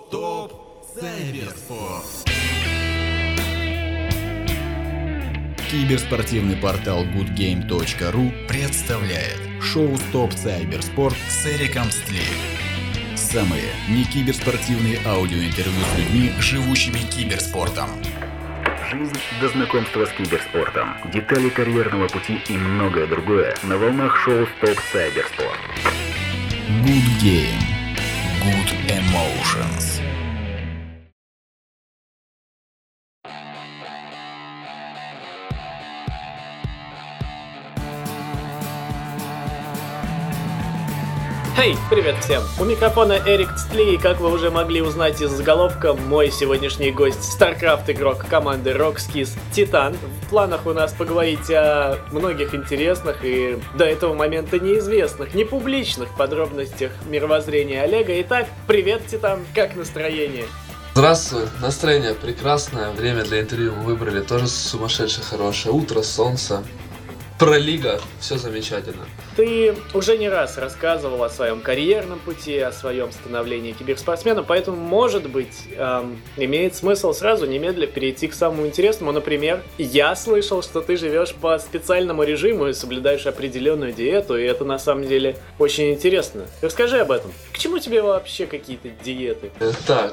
Топ Cybersport. Киберспортивный портал goodgame.ru представляет шоу Топ Cybersport с Эриком Стли. Самые некиберспортивные аудиоинтервью с людьми, живущими киберспортом. Жизнь до знакомства с киберспортом, детали карьерного пути и многое другое на волнах шоу Топ Cybersport. Good Game. Good Emotions. Хей, привет всем! У микрофона Эрик Стли, и как вы уже могли узнать из заголовка, мой сегодняшний гость StarCraft игрок команды Rockskis Титан. В планах у нас поговорить о многих интересных и до этого момента неизвестных, непубличных подробностях мировоззрения Олега. Итак, привет, Титан, как настроение? Здравствуй, настроение прекрасное, время для интервью мы выбрали тоже сумасшедшее хорошее, утро, солнце. Про лига, все замечательно. Ты уже не раз рассказывал о своем карьерном пути, о своем становлении киберспортсменом, поэтому, может быть, имеет смысл сразу немедля перейти к самому интересному. Например, я слышал, что ты живешь по специальному режиму и соблюдаешь определенную диету, и это на самом деле очень интересно. Расскажи об этом. К чему тебе вообще какие-то диеты? Так.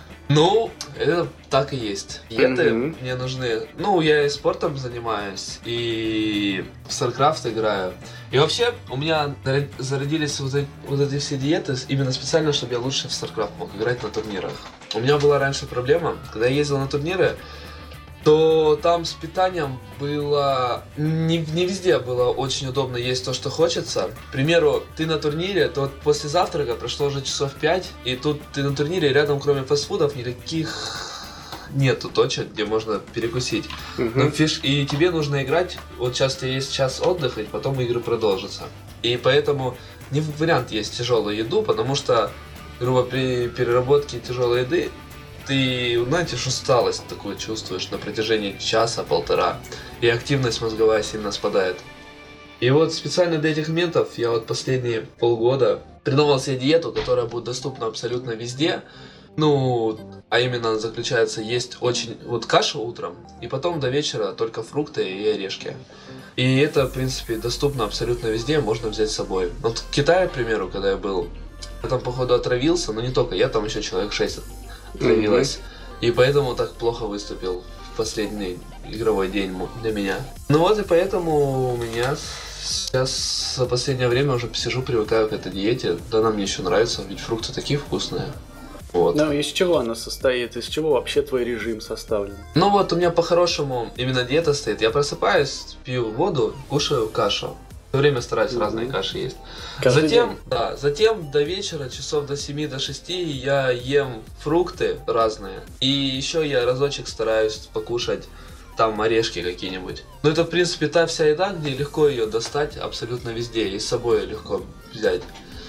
Это так и есть. Диеты мне нужны. Я и спортом занимаюсь, и в StarCraft играю. И вообще, у меня зародились вот эти все диеты именно специально, чтобы я лучше в StarCraft мог играть на турнирах. У меня была раньше проблема, когда я ездил на турниры, то там с питанием было... Не везде было очень удобно есть то, что хочется. К примеру, ты на турнире, то вот после завтрака прошло уже часов 5, и тут ты на турнире, рядом кроме фастфудов никаких нету точек, где можно перекусить. И тебе нужно играть, вот сейчас у тебя есть час отдыха, и потом игры продолжатся. И поэтому не вариант есть тяжелую еду, потому что, грубо, при переработке тяжелой еды ты, усталость такую чувствуешь на протяжении часа-полтора, и активность мозговая сильно спадает. И вот специально для этих моментов я вот последние полгода придумал себе диету, которая будет доступна абсолютно везде. А именно заключается есть очень кашу утром, и потом до вечера только фрукты и орешки. И это, в принципе, доступно абсолютно везде, можно взять с собой. Вот в Китае, к примеру, когда я был, я там, походу, отравился, но не только я, там еще человек 6 отравилось. И поэтому так плохо выступил в последний игровой день для меня. И поэтому у меня сейчас за последнее время уже сижу, привыкаю к этой диете. Да, она мне еще нравится, ведь фрукты такие вкусные. Из чего она состоит? Из чего вообще твой режим составлен? У меня по-хорошему именно диета стоит. Я просыпаюсь, пью воду, кушаю кашу. Все время стараюсь разные каши есть. Затем до вечера, часов до 7-6 я ем фрукты разные. И еще я разочек стараюсь покушать там орешки какие-нибудь. Это, в принципе, та вся еда, где легко ее достать абсолютно везде. И с собой легко взять.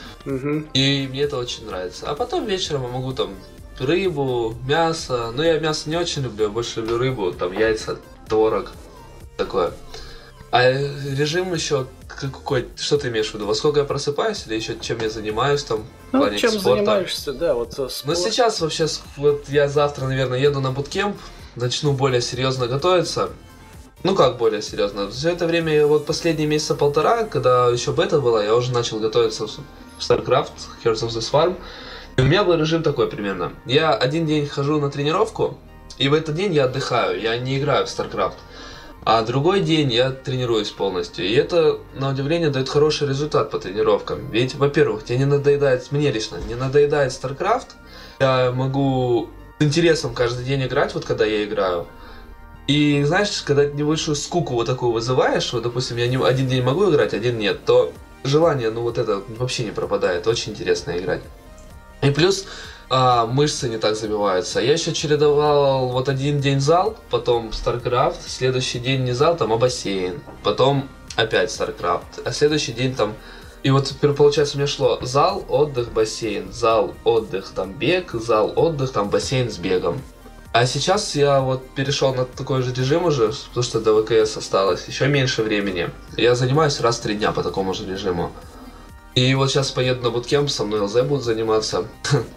И мне это очень нравится. А потом вечером я могу там рыбу, мясо. Я мясо не очень люблю, я больше люблю рыбу, там яйца, творог. Такое. А режим еще какой? Что ты имеешь в виду? Во сколько я просыпаюсь или еще чем я занимаюсь там в плане чем спорта? занимаешься, да, спорт. Сейчас вообще, я завтра, наверное, еду на буткемп, начну более серьезно готовиться. Как более серьезно? Все это время, последние месяца полтора, когда еще бета была, я уже начал готовиться в StarCraft, Heroes of the Swarm. И у меня был режим такой примерно. Я один день хожу на тренировку, и в этот день я отдыхаю, я не играю в StarCraft. А другой день я тренируюсь полностью. И это, на удивление, дает хороший результат по тренировкам. Ведь, во-первых, тебе не надоедает, мне лично, не надоедает StarCraft. Я могу с интересом каждый день играть, когда я играю. И знаешь, когда небольшую скуку такую вызываешь, допустим, я один день могу играть, один нет, то желание, это вообще не пропадает. Очень интересно играть. И плюс... мышцы не так забиваются. Я еще чередовал один день зал, потом StarCraft, следующий день не зал, а бассейн, потом опять StarCraft, а следующий день И получается у меня шло зал, отдых, бассейн, зал, отдых, бег, зал, отдых, бассейн с бегом. А сейчас я перешел на такой же режим уже, потому что до ВКС осталось еще меньше времени. Я занимаюсь раз в 3 дня по такому же режиму. И сейчас поеду на буткемп, со мной ЛЗ будут заниматься.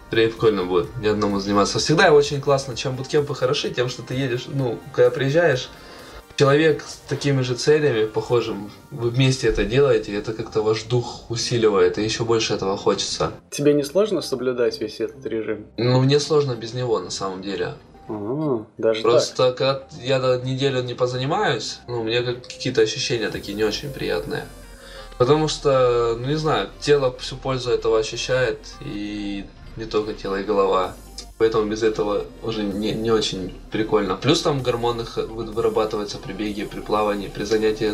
Прикольно будет ни одному заниматься. Всегда очень классно, чем буткемпы хороши, тем, что ты едешь, когда приезжаешь, человек с такими же целями, похожим, вы вместе это делаете, это как-то ваш дух усиливает, и еще больше этого хочется. Тебе не сложно соблюдать весь этот режим? Мне сложно без него, на самом деле. Даже Просто, когда я неделю не позанимаюсь, у меня какие-то ощущения такие не очень приятные. Потому что, не знаю, тело всю пользу этого ощущает, и не только тело, и голова. Поэтому без этого уже не очень прикольно. Плюс там гормоны вырабатываются при беге, при плавании, при занятиях.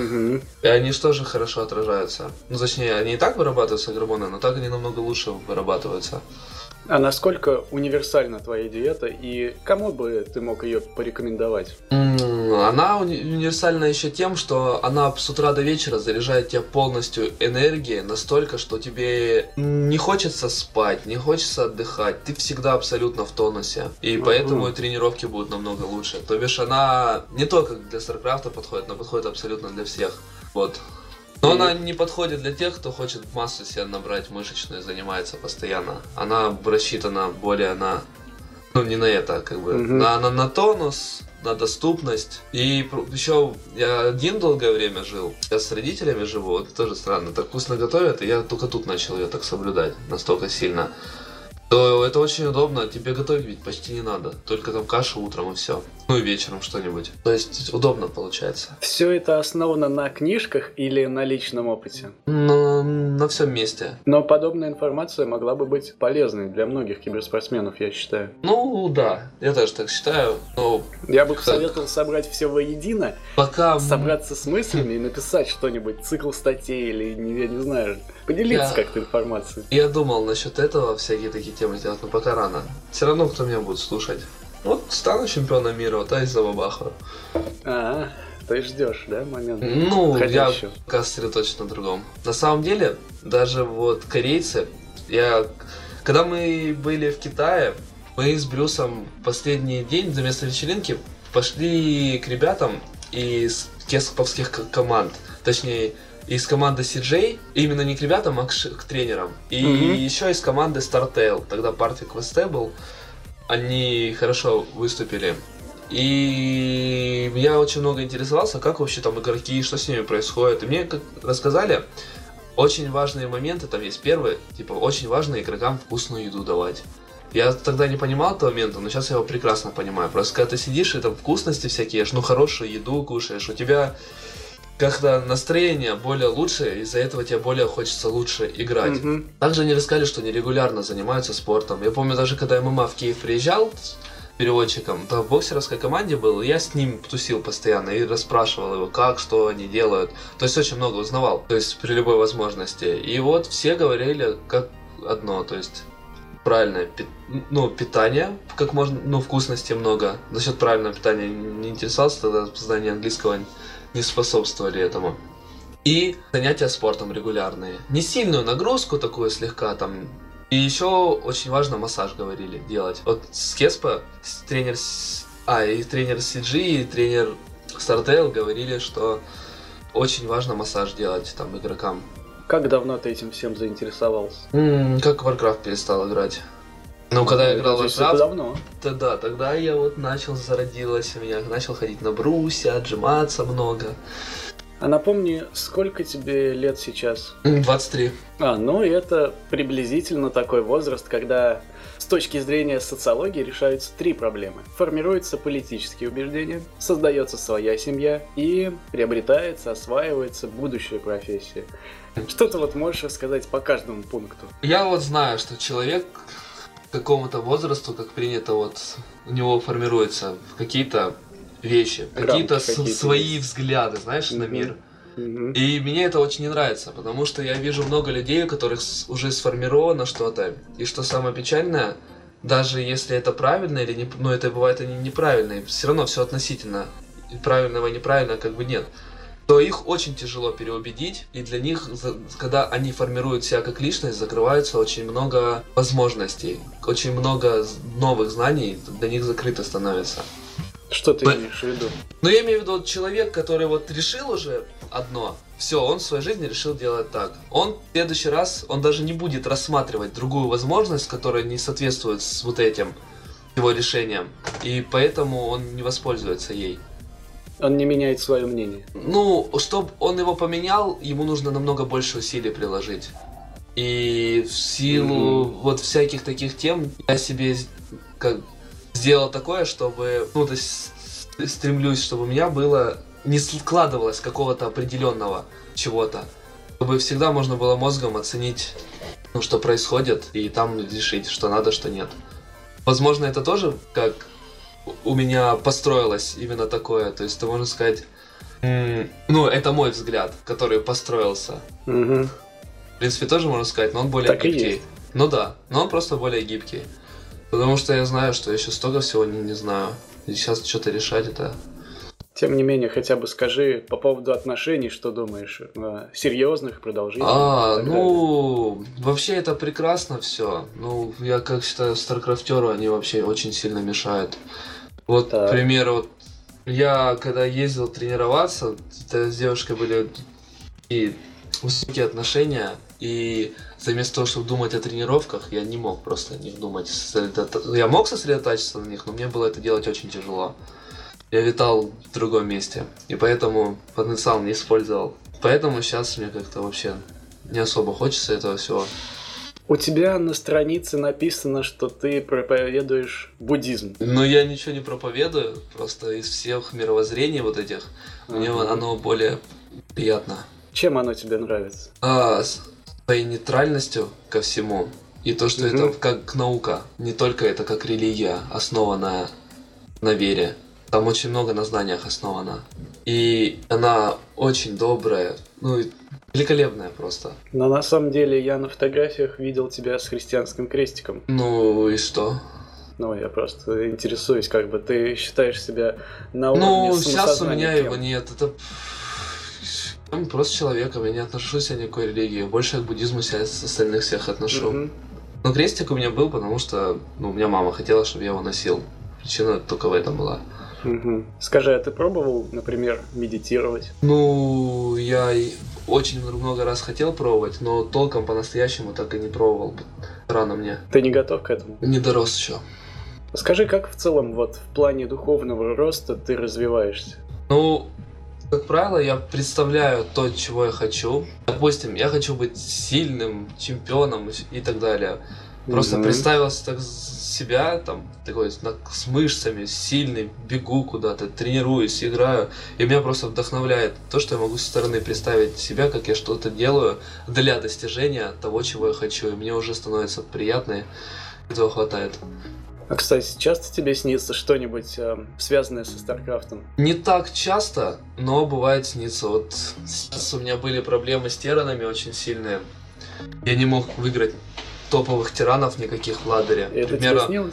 И они же тоже хорошо отражаются. Точнее, они и так вырабатываются, гормоны, но так они намного лучше вырабатываются. А насколько универсальна твоя диета и кому бы ты мог ее порекомендовать? Она универсальна еще тем, что она с утра до вечера заряжает тебя полностью энергией настолько, что тебе не хочется спать, не хочется отдыхать. Ты всегда абсолютно в тонусе. И поэтому и тренировки будут намного лучше. То бишь она не только для StarCraft подходит, но подходит абсолютно для всех. Вот. Но она не подходит для тех, кто хочет массу себе набрать мышечную, занимается постоянно. Она рассчитана более на... не на это, на тонус, на доступность. И еще я один долгое время жил. Я с родителями живу, это тоже странно. Так вкусно готовят, и я только тут начал ее так соблюдать настолько сильно. То это очень удобно, тебе готовить ведь почти не надо. Только там кашу утром и все. И вечером что-нибудь. То есть удобно получается. Все это основано на книжках или на личном опыте? На всем месте. Но подобная информация могла бы быть полезной для многих киберспортсменов, я считаю. Да, я тоже так считаю. Но я бы посоветовал собрать все воедино, пока собраться с мыслями и написать что-нибудь, цикл статей или, я не знаю, поделиться как-то информацией. Я думал насчет этого, всякие такие темы делать, но пока рано. Все равно кто меня будет слушать. Вот стану чемпионом мира, вот из-за бабаха. Ты ждешь, да, момент? Я пока сосредоточен на другом. На самом деле, даже вот корейцы, когда мы были в Китае, мы с Брюсом последний день за место вечеринки пошли к ребятам из кесповских команд, точнее, из команды CJ, именно не к ребятам, а к тренерам. И еще из команды StarTale, тогда Parthic VST был, они хорошо выступили. И я очень много интересовался, как вообще там игроки, что с ними происходит. И мне рассказали, очень важные моменты там есть. Первый, очень важно игрокам вкусную еду давать. Я тогда не понимал этого момента, но сейчас я его прекрасно понимаю. Просто когда ты сидишь и там вкусности всякие ешь, хорошую еду кушаешь, у тебя как-то настроение более лучше, из-за этого тебе более хочется лучше играть. Также они рассказали, что они регулярно занимаются спортом. Я помню, даже когда ММА в Киев приезжал с переводчиком, то в боксерской команде был, я с ним тусил постоянно и расспрашивал его, как, что они делают. То есть очень много узнавал, то есть при любой возможности. И вот все говорили как одно, то есть правильное питание, как можно, вкусности много. За счет правильного питания не интересовался, тогда знание английского не способствовали этому. И занятия спортом регулярные. Не сильную нагрузку такую слегка там. И еще очень важно массаж, говорили, делать. Вот с Кеспа тренер CG и тренер StarTale говорили, что очень важно массаж делать там игрокам. Как давно ты этим всем заинтересовался? Как в Warcraft перестал играть. Когда я играл в Warcraft, давно. Тогда я зародилась у меня, начал ходить на брусе, отжиматься много. А напомни, сколько тебе лет сейчас? 23. Это приблизительно такой возраст, когда с точки зрения социологии решаются 3 проблемы. Формируются политические убеждения, создается своя семья и приобретается, осваивается будущая профессия. Что ты можешь рассказать по каждому пункту? Я знаю, что человек к какому-то возрасту, как принято, у него формируются какие-то вещи, какие-то свои взгляды, знаешь, на мир. И мне это очень не нравится, потому что я вижу много людей, у которых уже сформировано что-то. И что самое печальное, даже если это правильно или не, это бывает они неправильные, все равно все относительно. И правильного и неправильного нет. То их очень тяжело переубедить, и для них, когда они формируют себя как личность, закрывается очень много возможностей, очень много новых знаний для них закрыто становится. Что ты имеешь в виду? Я имею в виду человек, который решил уже одно, все, он в своей жизни решил делать так. Он в следующий раз, он даже не будет рассматривать другую возможность, которая не соответствует с вот этим его решением. И поэтому он не воспользуется ей. Он не меняет свое мнение. Ну, чтобы он его поменял, ему нужно намного больше усилий приложить. И в силу вот всяких таких тем я себе как сделал такое, чтобы, ну, то есть стремлюсь, чтобы у меня было, не складывалось какого-то определенного чего-то. Чтобы всегда можно было мозгом оценить, ну, что происходит, и там решить, что надо, что нет. Возможно, это тоже как у меня построилось именно такое. То есть, это можно сказать, ну, это мой взгляд, который построился. Угу. В принципе, тоже можно сказать, но он более Так гибкий. Ну да, но он просто более гибкий. Потому что я знаю, что я еще столько всего не знаю. И сейчас что-то решать это... Тем не менее, хотя бы скажи по поводу отношений, что думаешь? Серьезных, продолжительных? Ну, вообще это прекрасно все. Ну, я как считаю, старкрафтеру они вообще очень сильно мешают. Вот, Так. к примеру, вот, я когда ездил тренироваться, с девушкой были и высокие отношения, и вместо того, чтобы думать о тренировках, я не мог просто не думать. Я мог сосредотачиваться на них, но мне было это делать очень тяжело. Я витал в другом месте, и поэтому потенциал не использовал. Поэтому сейчас мне как-то вообще не особо хочется этого всего. У тебя на странице написано, что ты проповедуешь буддизм. Но я ничего не проповедую, просто из всех мировоззрений вот этих, мне оно более приятно. Чем оно тебе нравится? Своей нейтральностью ко всему. И то, что это как наука, не только это как религия, основанная на вере. Там очень много на знаниях основано. И она очень добрая, ну, великолепная просто. Но на самом деле я на фотографиях видел тебя с христианским крестиком. Ну и что? Ну, я просто интересуюсь, как бы ты считаешь себя на уровне Ну, самосознания сейчас у меня кем? его нет. Это я просто человеком, я не отношусь ни к какой религии. Больше я к буддизму себя с остальных всех отношу. Мгм. Но крестик у меня был, потому что у меня мама хотела, чтобы я его носил. Причина только в этом была. Мгм. Скажи, а ты пробовал, например, медитировать? Ну, я очень много раз хотел пробовать, но толком по-настоящему так и не пробовал. Рано мне. Ты не готов к этому? Не дорос еще. Скажи, как в целом вот в плане духовного роста ты развиваешься? Ну, как правило, я представляю то, чего я хочу. Допустим, я хочу быть сильным чемпионом и так далее. Просто представил так себя, там, такой, с мышцами, сильный, бегу куда-то, тренируюсь, играю. И меня просто вдохновляет то, что я могу со стороны представить себя, как я что-то делаю для достижения того, чего я хочу. И мне уже становится приятно, и этого хватает. А, кстати, часто тебе снится что-нибудь связанное со Старкрафтом? Не так часто, но бывает снится. Вот сейчас у меня были проблемы с тиранами очень сильные. Я не мог выиграть топовых тиранов никаких в ладере. И это тебе снилось?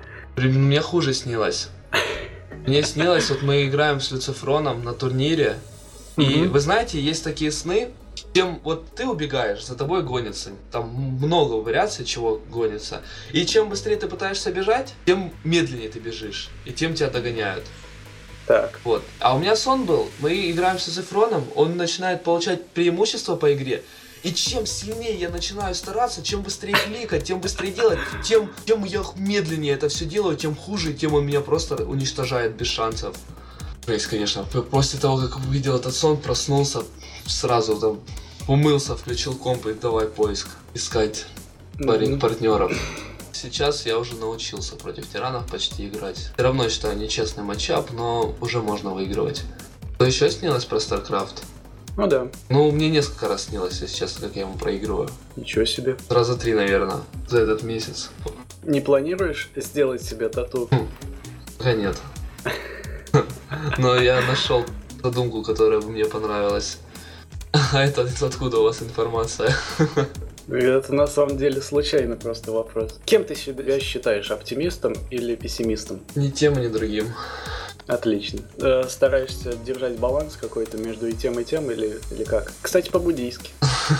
Мне хуже снилось. Мне снилось, вот мы играем с Люцифроном на турнире. И вы знаете, есть такие сны, чем вот ты убегаешь, за тобой гонится. Там много вариаций, чего гонится. И чем быстрее ты пытаешься бежать, тем медленнее ты бежишь. И тем тебя догоняют. Так. Вот. А у меня сон был, мы играем с Люцифроном, он начинает получать преимущество по игре. И чем сильнее я начинаю стараться, чем быстрее кликать, тем быстрее делать, тем я медленнее это все делаю, тем хуже, тем он меня просто уничтожает без шансов. Жесть, конечно. После того, как увидел этот сон, проснулся, сразу там умылся, включил комп и давай поиск, искать партнеров. Сейчас я уже научился против тиранов почти играть. Все равно считаю нечестный матчап, но уже можно выигрывать. Что еще снилось про StarCraft? Ну да. Ну, мне несколько раз снилось, если честно, как я ему проигрываю. Ничего себе. Раза 3, наверное, за этот месяц. Не планируешь сделать себе тату? Пока нет. Но я нашел задумку, которая бы мне понравилась. А это откуда у вас информация? Это на самом деле случайно просто вопрос. Кем ты себя считаешь, оптимистом или пессимистом? Ни тем, ни другим. Отлично. Стараешься держать баланс какой-то между и тем или как? Кстати, по-буддийски.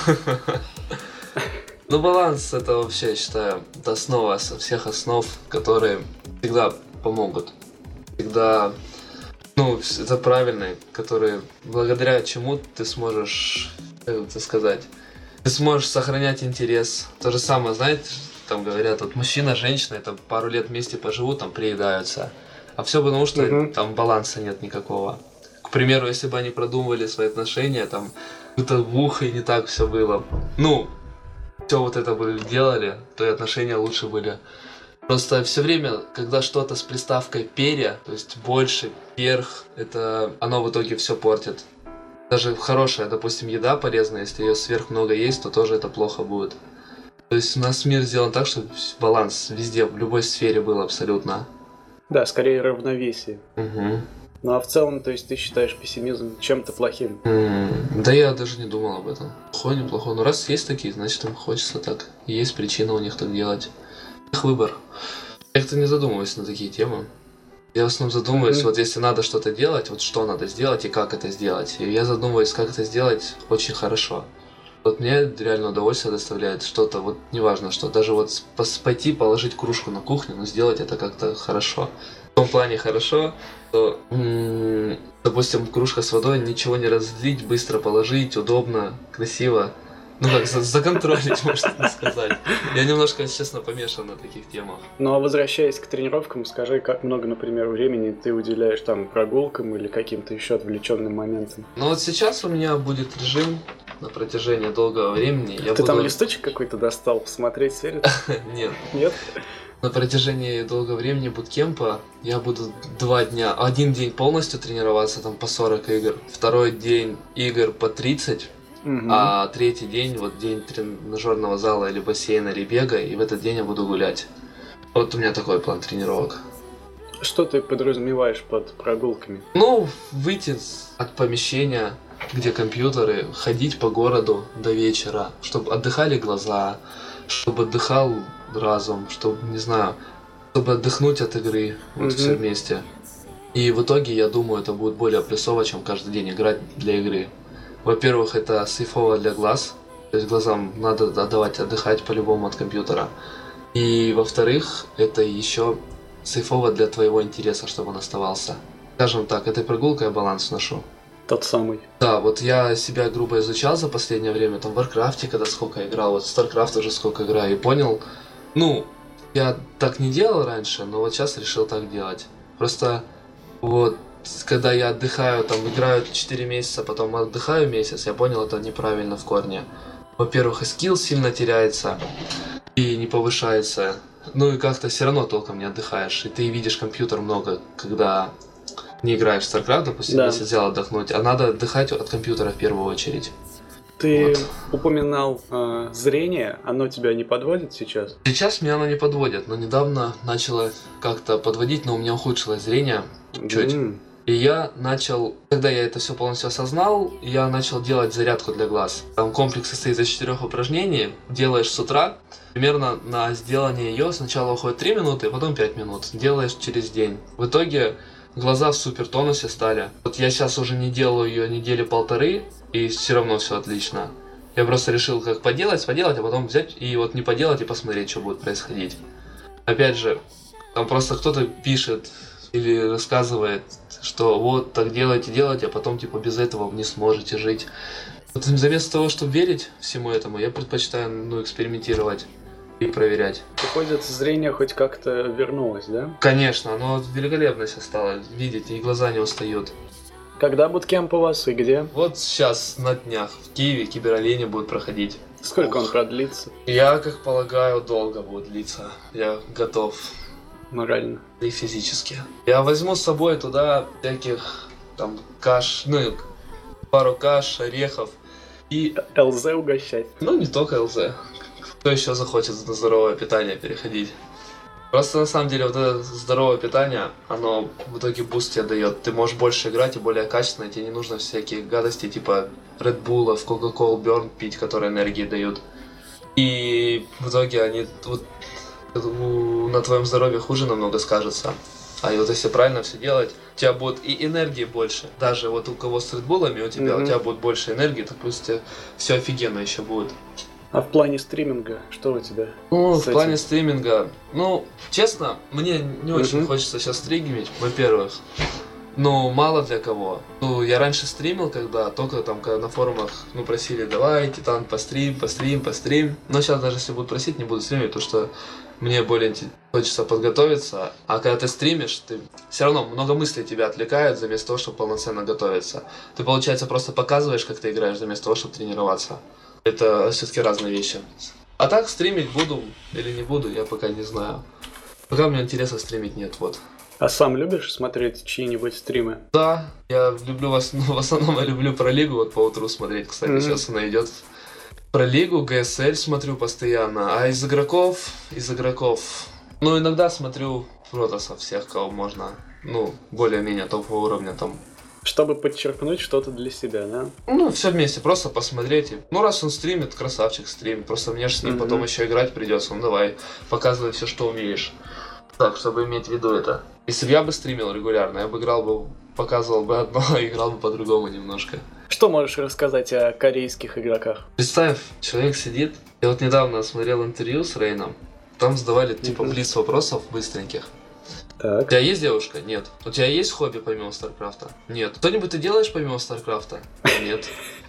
Ну, баланс это вообще, я считаю, это основа всех основ, которые всегда помогут. Всегда... Ну, это правильный, который, благодаря чему ты сможешь, как это сказать, ты сможешь сохранять интерес. То же самое, знаете, там говорят, вот мужчина, женщина, это пару лет вместе поживут, там приедаются. А все потому, что там баланса нет никакого. К примеру, если бы они продумывали свои отношения, там, это в ухо и не так все было. Ну, все вот это бы делали, то и отношения лучше были. Просто все время, когда что-то с приставкой перья, то есть больше, вверх, это оно в итоге все портит. Даже хорошая, допустим, еда полезная, если ее сверх много есть, то тоже это плохо будет. То есть у нас мир сделан так, чтобы баланс везде, в любой сфере был абсолютно. Да, скорее равновесие. Угу. Ну а в целом, то есть ты считаешь пессимизм чем-то плохим? Да я даже не думал об этом. Плохой, неплохой. Ну раз есть такие, значит им хочется так. И есть причина у них так делать. Их выбор. Я как-то не задумываюсь на такие темы. Я в основном задумываюсь, вот если надо что-то делать, вот что надо сделать и как это сделать. И я задумываюсь, как это сделать очень хорошо. Вот мне реально удовольствие доставляет что-то, вот неважно что, даже вот пойти положить кружку на кухню, но сделать это как-то хорошо. В том плане хорошо, что, допустим, кружка с водой, ничего не разлить, быстро положить, удобно, красиво. Ну как, законтролить, можно сказать. Я немножко, если честно, помешан на таких темах. Ну а возвращаясь к тренировкам, скажи, как много, например, времени ты уделяешь там прогулкам или каким-то еще отвлеченным моментам? Ну вот сейчас у меня будет режим на протяжении долгого времени. Ты там листочек какой-то достал, посмотреть, сверить? Нет. Нет? На протяжении долгого времени буткемпа я буду 2 дня, один день полностью тренироваться, там по 40 игр, второй день игр по 30, а третий день, вот день тренажерного зала или бассейна, или бега, и в этот день я буду гулять. Вот у меня такой план тренировок. Что ты подразумеваешь под прогулками? Ну, выйти от помещения, где компьютеры, ходить по городу до вечера, чтобы отдыхали глаза, чтобы отдыхал разум, чтобы, не знаю, чтобы отдохнуть от игры, вот все вместе. И в итоге, я думаю, это будет более плюсово, чем каждый день играть для игры. Во-первых, это сейфово для глаз, то есть глазам надо отдыхать по-любому от компьютера. И во-вторых, это еще сейфово для твоего интереса, чтобы он оставался. Скажем так, этой прогулкой я баланс ношу. Тот самый. Да, вот я себя грубо изучал за последнее время, там в Warcraft, когда сколько играл, вот в StarCraft уже сколько играю, и понял, ну, я так не делал раньше, но вот сейчас решил так делать. Просто вот, когда я отдыхаю, там играю 4 месяца, потом отдыхаю месяц, я понял, это неправильно в корне. Во-первых, и скилл сильно теряется, и не повышается, ну и как-то все равно толком не отдыхаешь, и ты видишь компьютер много, когда не играешь в StarCraft, допустим, если взял отдохнуть, а надо отдыхать от компьютера в первую очередь. Ты упоминал зрение, оно тебя не подводит сейчас? Сейчас меня оно не подводит, но недавно начало как-то подводить, но у меня ухудшилось зрение чуть. И я начал, когда я это все полностью осознал, я начал делать зарядку для глаз. Там комплекс состоит из 4 упражнений, делаешь с утра, примерно на сделание ее сначала уходит 3 минуты, а потом 5 минут, делаешь через день. В итоге глаза в супер тонусе стали. Вот я сейчас уже не делаю ее недели 1.5, и все равно все отлично. Я просто решил как поделать, а потом взять и вот не поделать и посмотреть, что будет происходить. Опять же, там просто кто-то пишет или рассказывает, что вот так делайте, а потом типа без этого не сможете жить. Вот вместо того, чтобы верить всему этому, я предпочитаю экспериментировать и проверять. Выходит, зрение хоть как-то вернулось, да? Конечно, оно великолепно сейчас стало видеть, и глаза не устают. Когда буткемп у вас и где? Вот сейчас на днях в Киеве Киберолени будет проходить. Сколько он продлится? Я, как полагаю, долго будет длиться. Я готов. Морально. И физически. Я возьму с собой туда всяких там каш, пару каш, орехов и... ЛЗ угощать. Не только ЛЗ. Кто еще захочет на здоровое питание переходить? Просто на самом деле вот это здоровое питание, оно в итоге буст тебе дает. Ты можешь больше играть и более качественно, тебе не нужно всякие гадости типа Red Bull, Coca-Cola, Burn пить, которые энергии дают. И в итоге они вот, на твоем здоровье хуже намного скажется. А вот если правильно все делать, у тебя будет и энергии больше. Даже вот у кого с Red Bull'ами у тебя будет больше энергии, то пусть тебе все офигенно еще будет. А в плане стриминга, что у тебя? В плане стриминга, честно, мне не очень хочется сейчас стримить, во-первых. ну, мало для кого. Ну, я раньше стримил, только там, когда на форумах, ну, просили, давай, Титан, пострим. Но сейчас даже если будут просить, не буду стримить, потому что мне более хочется подготовиться. А когда ты стримишь, ты все равно много мыслей тебя отвлекают, заместо того, чтобы полноценно готовиться. Ты, получается, просто показываешь, как ты играешь, заместо того, чтобы тренироваться. Это все-таки разные вещи. А так, стримить буду или не буду, я пока не знаю. Пока мне интересно стримить нет, вот. А сам любишь смотреть чьи-нибудь стримы? Да, я люблю в основном я люблю про лигу, вот по утру смотреть, кстати, сейчас она идет. Про лигу, ГСЛ смотрю постоянно, а из игроков, ну, иногда смотрю протасов всех, кого можно, ну, более-менее топового уровня там. Чтобы подчеркнуть что-то для себя, да? Ну, все вместе, просто посмотреть. Ну, раз он стримит, красавчик стримит, просто мне же с ним потом еще играть придется, ну, давай, показывай все, что умеешь. Так, чтобы иметь в виду это. Если бы я бы стримил регулярно, я бы играл бы, показывал бы одно, а играл бы по-другому немножко. Что можешь рассказать о корейских игроках? Представь, человек сидит. Я вот недавно смотрел интервью с Рейном. Там задавали типа блиц вопросов быстреньких. Так. У тебя есть девушка? Нет. У тебя есть хобби помимо Старкрафта? Нет. Что-нибудь ты делаешь помимо Старкрафта? Нет.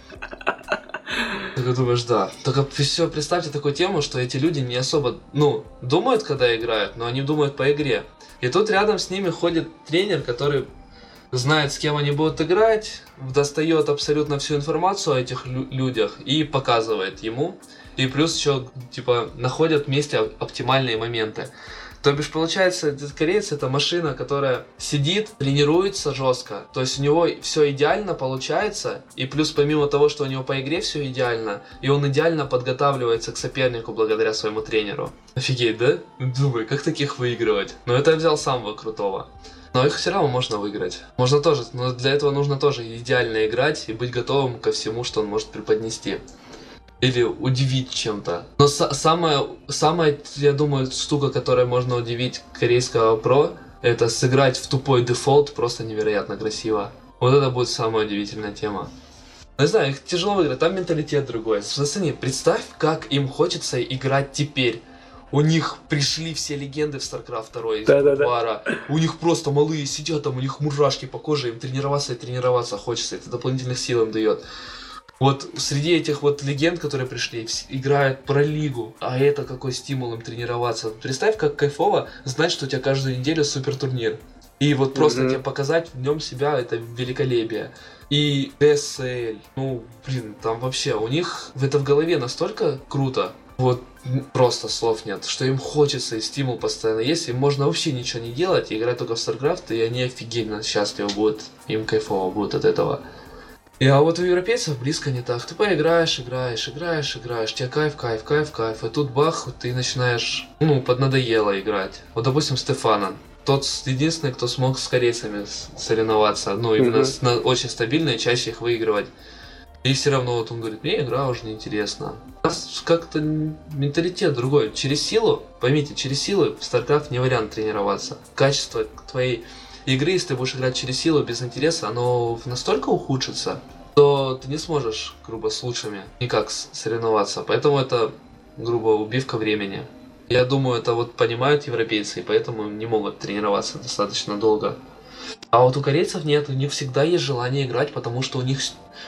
Ты думаешь, да. Только все, представьте такую тему, что эти люди не особо, ну, думают, когда играют, но они думают по игре. И тут рядом с ними ходит тренер, который знает, с кем они будут играть, достает абсолютно всю информацию о этих людях и показывает ему. И плюс еще, типа, находят вместе оптимальные моменты. То бишь, получается, этот кореец — это машина, которая сидит, тренируется жестко. То есть у него все идеально получается. И плюс помимо того, что у него по игре все идеально, и он идеально подготавливается к сопернику благодаря своему тренеру. Офигеть, да? Думаю, как таких выигрывать? Но это я взял самого крутого. Но их все равно можно выиграть. Можно тоже, но для этого нужно тоже идеально играть и быть готовым ко всему, что он может преподнести. Или удивить чем-то. Но самая, я думаю, штука, которой можно удивить корейского про, это сыграть в тупой дефолт просто невероятно красиво. Вот это будет самая удивительная тема. Не знаю, их тяжело выиграть, там менталитет другой. Зацени, представь, как им хочется играть теперь. У них пришли все легенды в StarCraft 2 из Бара. У них просто малые сидят там, у них мурашки по коже, им тренироваться хочется, это дополнительных сил им дает. Вот среди этих вот легенд, которые пришли, играют про лигу, а это какой стимул им тренироваться. Представь, как кайфово знать, что у тебя каждую неделю супер турнир. И вот просто тебе показать в нем себя, это великолепие. И DSL, ну, блин, там вообще у них это в голове настолько круто, вот просто слов нет, что им хочется и стимул постоянно есть, им можно вообще ничего не делать и играть только в StarCraft, и они офигенно счастливы будут, им кайфово будет от этого. А вот у европейцев близко не так. Ты поиграешь, тебе кайф, и тут бах, ты начинаешь, ну, поднадоело играть. Вот, допустим, Стефана. Тот единственный, кто смог с корейцами соревноваться, ну, именно очень стабильно и чаще их выигрывать. И все равно вот он говорит, мне игра уже неинтересна. У нас как-то менталитет другой. Через силу, поймите, через силу в StarCraft не вариант тренироваться. Качество твоей игры, если ты будешь играть через силу без интереса, оно настолько ухудшится, то ты не сможешь, грубо, с лучшими никак соревноваться. Поэтому это, грубо, убивка времени. Я думаю, это вот понимают европейцы, и поэтому не могут тренироваться достаточно долго. А вот у корейцев нет, у них всегда есть желание играть, потому что у них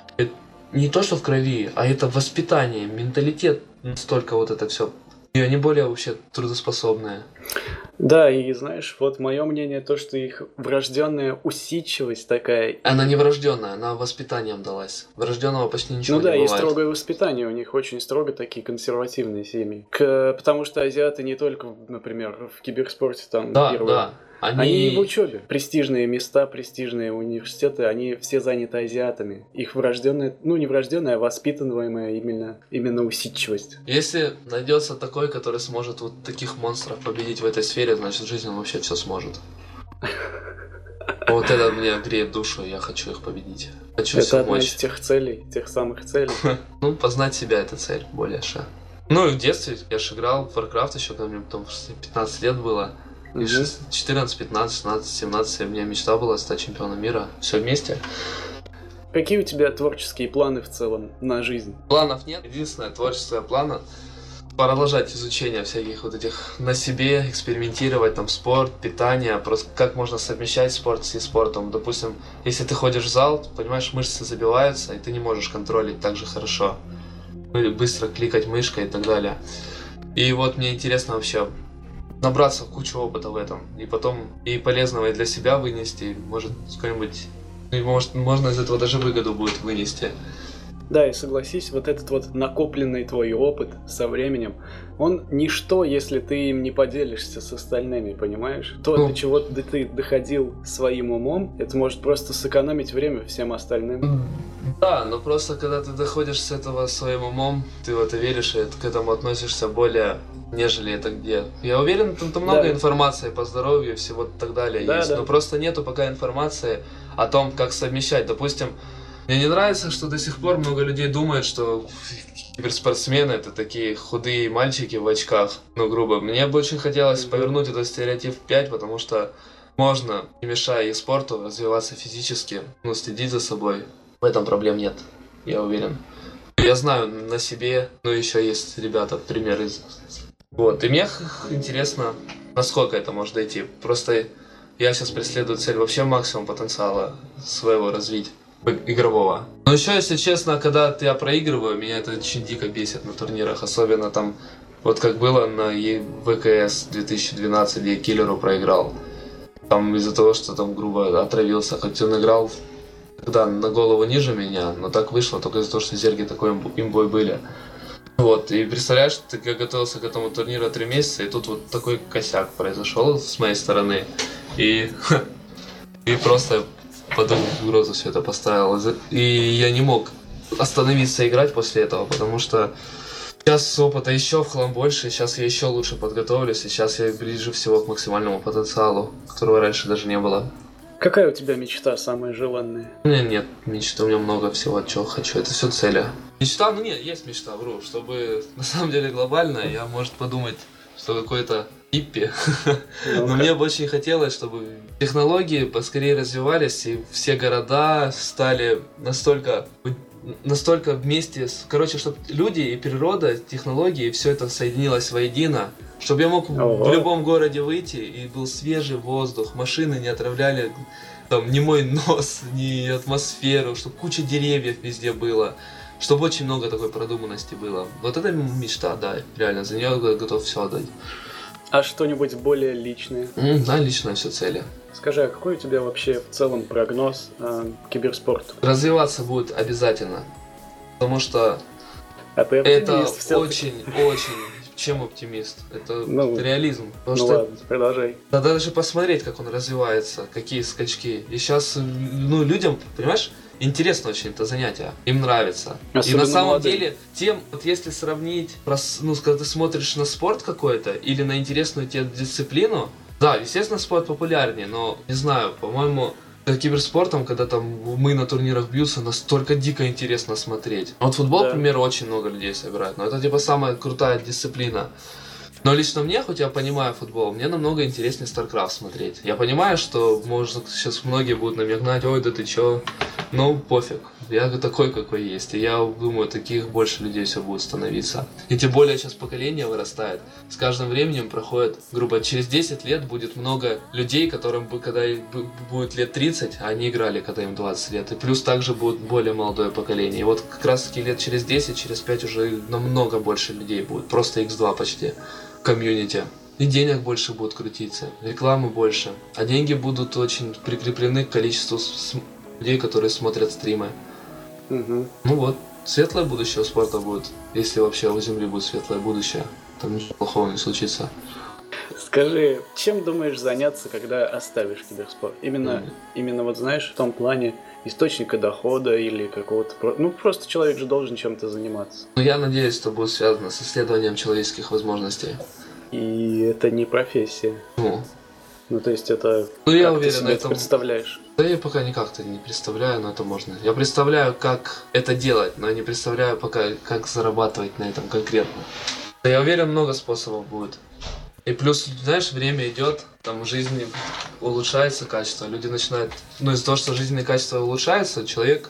не то, что в крови, а это воспитание, менталитет, настолько вот это все. И они более вообще трудоспособные. Да, и знаешь, вот мое мнение то, что их врожденная усидчивость такая. Она не врожденная, она воспитанием далась. Врожденного почти ничего не бывает. Ну да, и строгое воспитание, у них очень строго такие консервативные семьи. Потому что азиаты не только, например, в киберспорте там первые. Да. Они в учебе. Престижные места, престижные университеты, они все заняты азиатами. Их врожденная, ну не врожденная, а воспитываемая именно усидчивость. Если найдется такой, который сможет вот таких монстров победить в этой сфере, значит в жизни он вообще все сможет. Вот это мне греет душу, я хочу их победить. Хочу это одна из тех целей, тех самых целей. Ну, познать себя — это цель, более. Ну и в детстве я же играл в Warcraft еще, когда мне там 15 лет было. И 14, 15, 16, 17 у меня мечта была стать чемпионом мира. Все вместе. Какие у тебя творческие планы в целом на жизнь? Планов нет. Единственное творческое план продолжать изучение всяких вот этих на себе, экспериментировать, там, спорт, питание, просто как можно совмещать спорт с спортом. Допустим, если ты ходишь в зал, понимаешь, мышцы забиваются, и ты не можешь контролить так же хорошо. Или быстро кликать мышкой и так далее. И вот мне интересно вообще набраться кучу опыта в этом, и потом и полезного и для себя вынести, может, какой-нибудь, может, можно из этого даже выгоду будет вынести. Да, и согласись, вот этот вот накопленный твой опыт со временем, он ничто, если ты им не поделишься с остальными, понимаешь? То, до чего ты доходил своим умом, это может просто сэкономить время всем остальным. Да, но просто когда ты доходишь с этого своим умом, ты в это веришь и к этому относишься более, нежели это где. Я уверен, там много информации по здоровью и всего так далее есть, но просто нету пока информации о том, как совмещать. Допустим, мне не нравится, что до сих пор много людей думают, что киберспортсмены это такие худые мальчики в очках, ну грубо. Мне бы очень хотелось повернуть этот стереотип вспять, потому что можно, не мешая и спорту, развиваться физически, ну следить за собой. В этом проблем нет, я уверен. Я знаю на себе, но еще есть ребята, примеры. Вот, и мне интересно, насколько это может дойти. Просто я сейчас преследую цель вообще максимум потенциала своего развить. Игрового. Но еще, если честно, когда я проигрываю, меня это очень дико бесит на турнирах. Особенно там, вот как было на ВКС 2012, где я Киллеру проиграл. Там из-за того, что там грубо отравился. Хоть он играл тогда на голову ниже меня, но так вышло только из-за того, что зерги такой имбой были. Вот, и представляешь, я готовился к этому турниру 3 месяца, и тут вот такой косяк произошел с моей стороны. И просто под угрозу все это поставил. И я не мог остановиться играть после этого, потому что сейчас опыта еще в хлам больше, сейчас я еще лучше подготовлюсь, и сейчас я ближе всего к максимальному потенциалу, которого раньше даже не было. Какая у тебя мечта самая желанная? У меня нет мечты, у меня много всего, чего хочу, это все цели. Мечта, ну нет, есть мечта, вру, чтобы на самом деле глобально, я, может, подумать, что какой-то хиппи. Но мне бы очень хотелось, чтобы технологии поскорее развивались, и все города стали настолько вместе, короче, чтобы люди и природа, технологии, все это соединилось воедино, чтобы я мог в любом городе выйти, и был свежий воздух, машины не отравляли там ни мой нос, ни атмосферу, чтобы куча деревьев везде было. Чтобы очень много такой продуманности было. Вот это мечта, да, реально, за нее готов все отдать. А что-нибудь более личное? Да, личное все цели. Скажи, а какой у тебя вообще в целом прогноз киберспорту? Развиваться будет обязательно, потому что это очень, чем оптимист? Это реализм. Ладно, продолжай. Надо даже посмотреть, как он развивается, какие скачки. И сейчас, людям, понимаешь, интересно очень это занятие, им нравится. Особенно и на самом молодым. деле, вот если сравнить, когда ты смотришь на спорт какой-то или на интересную тебе дисциплину, да, естественно, спорт популярнее, но, не знаю, по-моему, киберспортом, когда там мы на турнирах бьются, настолько дико интересно смотреть. Вот футбол, к примеру, очень много людей собирает, но это типа самая крутая дисциплина. Но лично мне, хоть я понимаю футбол, мне намного интереснее StarCraft смотреть. Я понимаю, что, может, сейчас многие будут намекнуть, ой, да ты чё, ну пофиг. Я такой, какой есть. И я думаю, таких больше людей все будет становиться. И тем более сейчас поколение вырастает. С каждым временем проходит, грубо, через 10 лет будет много людей, которым, когда будет лет 30, а они играли, когда им 20 лет. И плюс также будет более молодое поколение. И вот как раз таки лет через 10, через 5 уже намного больше людей будет. Просто x2 почти. Комьюнити. И денег больше будет крутиться, рекламы больше. А деньги будут очень прикреплены к количеству людей, которые смотрят стримы. Ну вот, светлое будущее у спорта будет, если вообще у Земли будет светлое будущее. Там ничего плохого не случится. Скажи, чем думаешь заняться, когда оставишь киберспорт? Именно вот знаешь, в том плане источника дохода или какого-то... Ну, просто человек же должен чем-то заниматься. Ну, я надеюсь, что будет связано с исследованием человеческих возможностей. И это не профессия. Ну, то есть это... Ну, я как уверен, ты себе это представляешь? Да я пока никак-то не представляю, но это можно. Я представляю, как это делать, но я не представляю пока, как зарабатывать на этом конкретно. Да я уверен, много способов будет. И плюс, знаешь, время идет, там в жизни улучшается качество, люди начинают... Ну, из-за того, что жизненные качества улучшаются, человек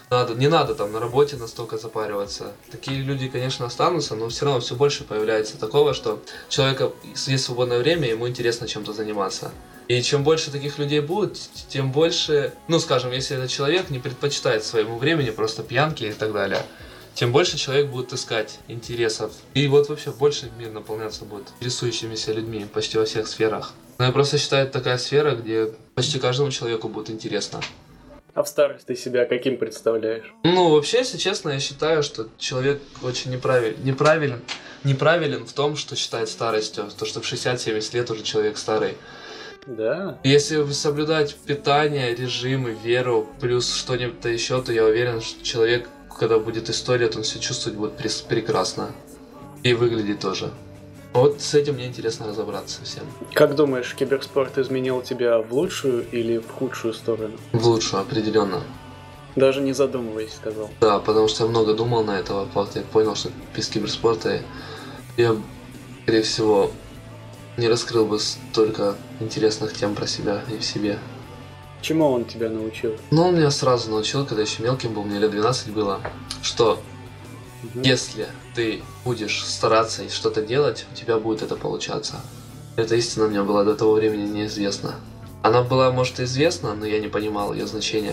Не надо там на работе настолько запариваться. Такие люди, конечно, останутся, но все равно все больше появляется такого, что у человека есть свободное время, ему интересно чем-то заниматься. И чем больше таких людей будет, тем больше, скажем, если этот человек не предпочитает своему времени просто пьянки и так далее, тем больше человек будет искать интересов. И вот вообще больше мир наполняться будет интересующимися людьми почти во всех сферах. Но я просто считаю, это такая сфера, где почти каждому человеку будет интересно. А в старость ты себя каким представляешь? Вообще, если честно, я считаю, что человек очень неправилен в том, что считает старостью. То, что в 60-70 лет уже человек старый. Да. Если соблюдать питание, режим и веру, плюс что-нибудь еще, то я уверен, что человек, когда будет история, то он себя чувствовать будет прекрасно. И выглядеть тоже. Вот с этим мне интересно разобраться всем. Как думаешь, киберспорт изменил тебя в лучшую или в худшую сторону? В лучшую, определенно. Даже не задумываясь, сказал. Да, потому что я много думал на этого факта. Я понял, что без киберспорта я, скорее всего, не раскрыл бы столько интересных тем про себя и в себе. Чему он тебя научил? Он меня сразу научил, когда еще мелким был, мне лет 12 было, что если ты будешь стараться и что-то делать, у тебя будет это получаться. Эта истина мне была до того времени неизвестна. Она была, может, известна, но я не понимал ее значения.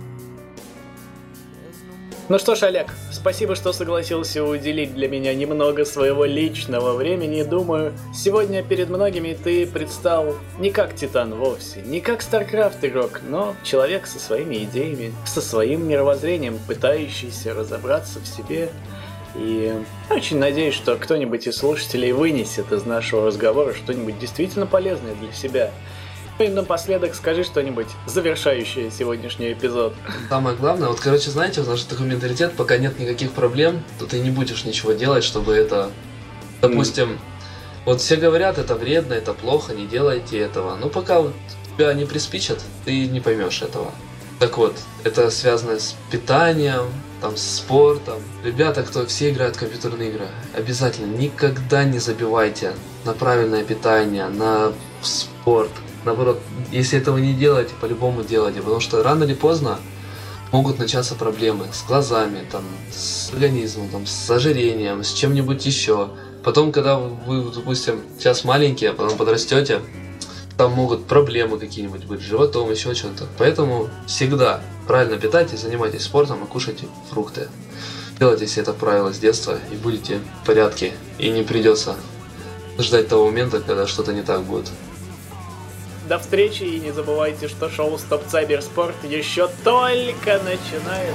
Ну что ж, Олег, спасибо, что согласился уделить для меня немного своего личного времени. Думаю, сегодня перед многими ты предстал не как Титан вовсе, не как StarCraft игрок, но человек со своими идеями, со своим мировоззрением, пытающийся разобраться в себе. И очень надеюсь, что кто-нибудь из слушателей вынесет из нашего разговора что-нибудь действительно полезное для себя. И напоследок скажи что-нибудь завершающее сегодняшний эпизод. Самое главное, знаете, у нас же такой менталитет, пока нет никаких проблем, то ты не будешь ничего делать, чтобы это... Допустим, все говорят, это вредно, это плохо, не делайте этого. Но пока тебя не приспичат, ты не поймешь этого. Так вот, это связано с питанием, с спортом. Ребята, кто все играют в компьютерные игры, обязательно никогда не забивайте на правильное питание, на спорт. Наоборот, если этого не делаете, по-любому делайте, потому что рано или поздно могут начаться проблемы с глазами, с организмом, с ожирением, с чем-нибудь еще. Потом, когда вы, допустим, сейчас маленькие, а потом подрастете, там могут проблемы какие-нибудь быть с животом, еще что-то. Поэтому всегда правильно питайтесь, занимайтесь спортом и кушайте фрукты. Делайте себе это правило с детства и будете в порядке. И не придется ждать того момента, когда что-то не так будет. До встречи и не забывайте, что шоу Стоп Cybersport еще только начинает.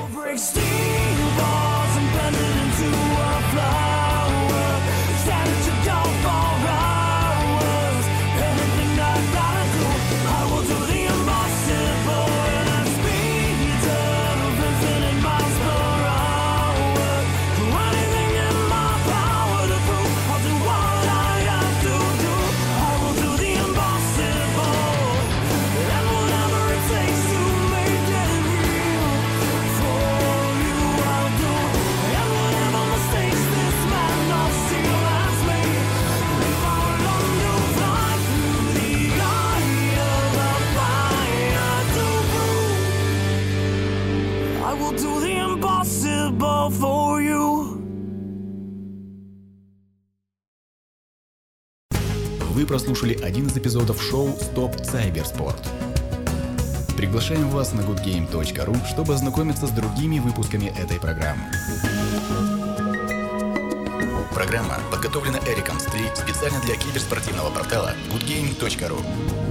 Вы прослушали один из эпизодов шоу «Стоп Cybersport». Приглашаем вас на goodgame.ru, чтобы ознакомиться с другими выпусками этой программы. Программа подготовлена Эриком Стли специально для киберспортивного портала goodgame.ru.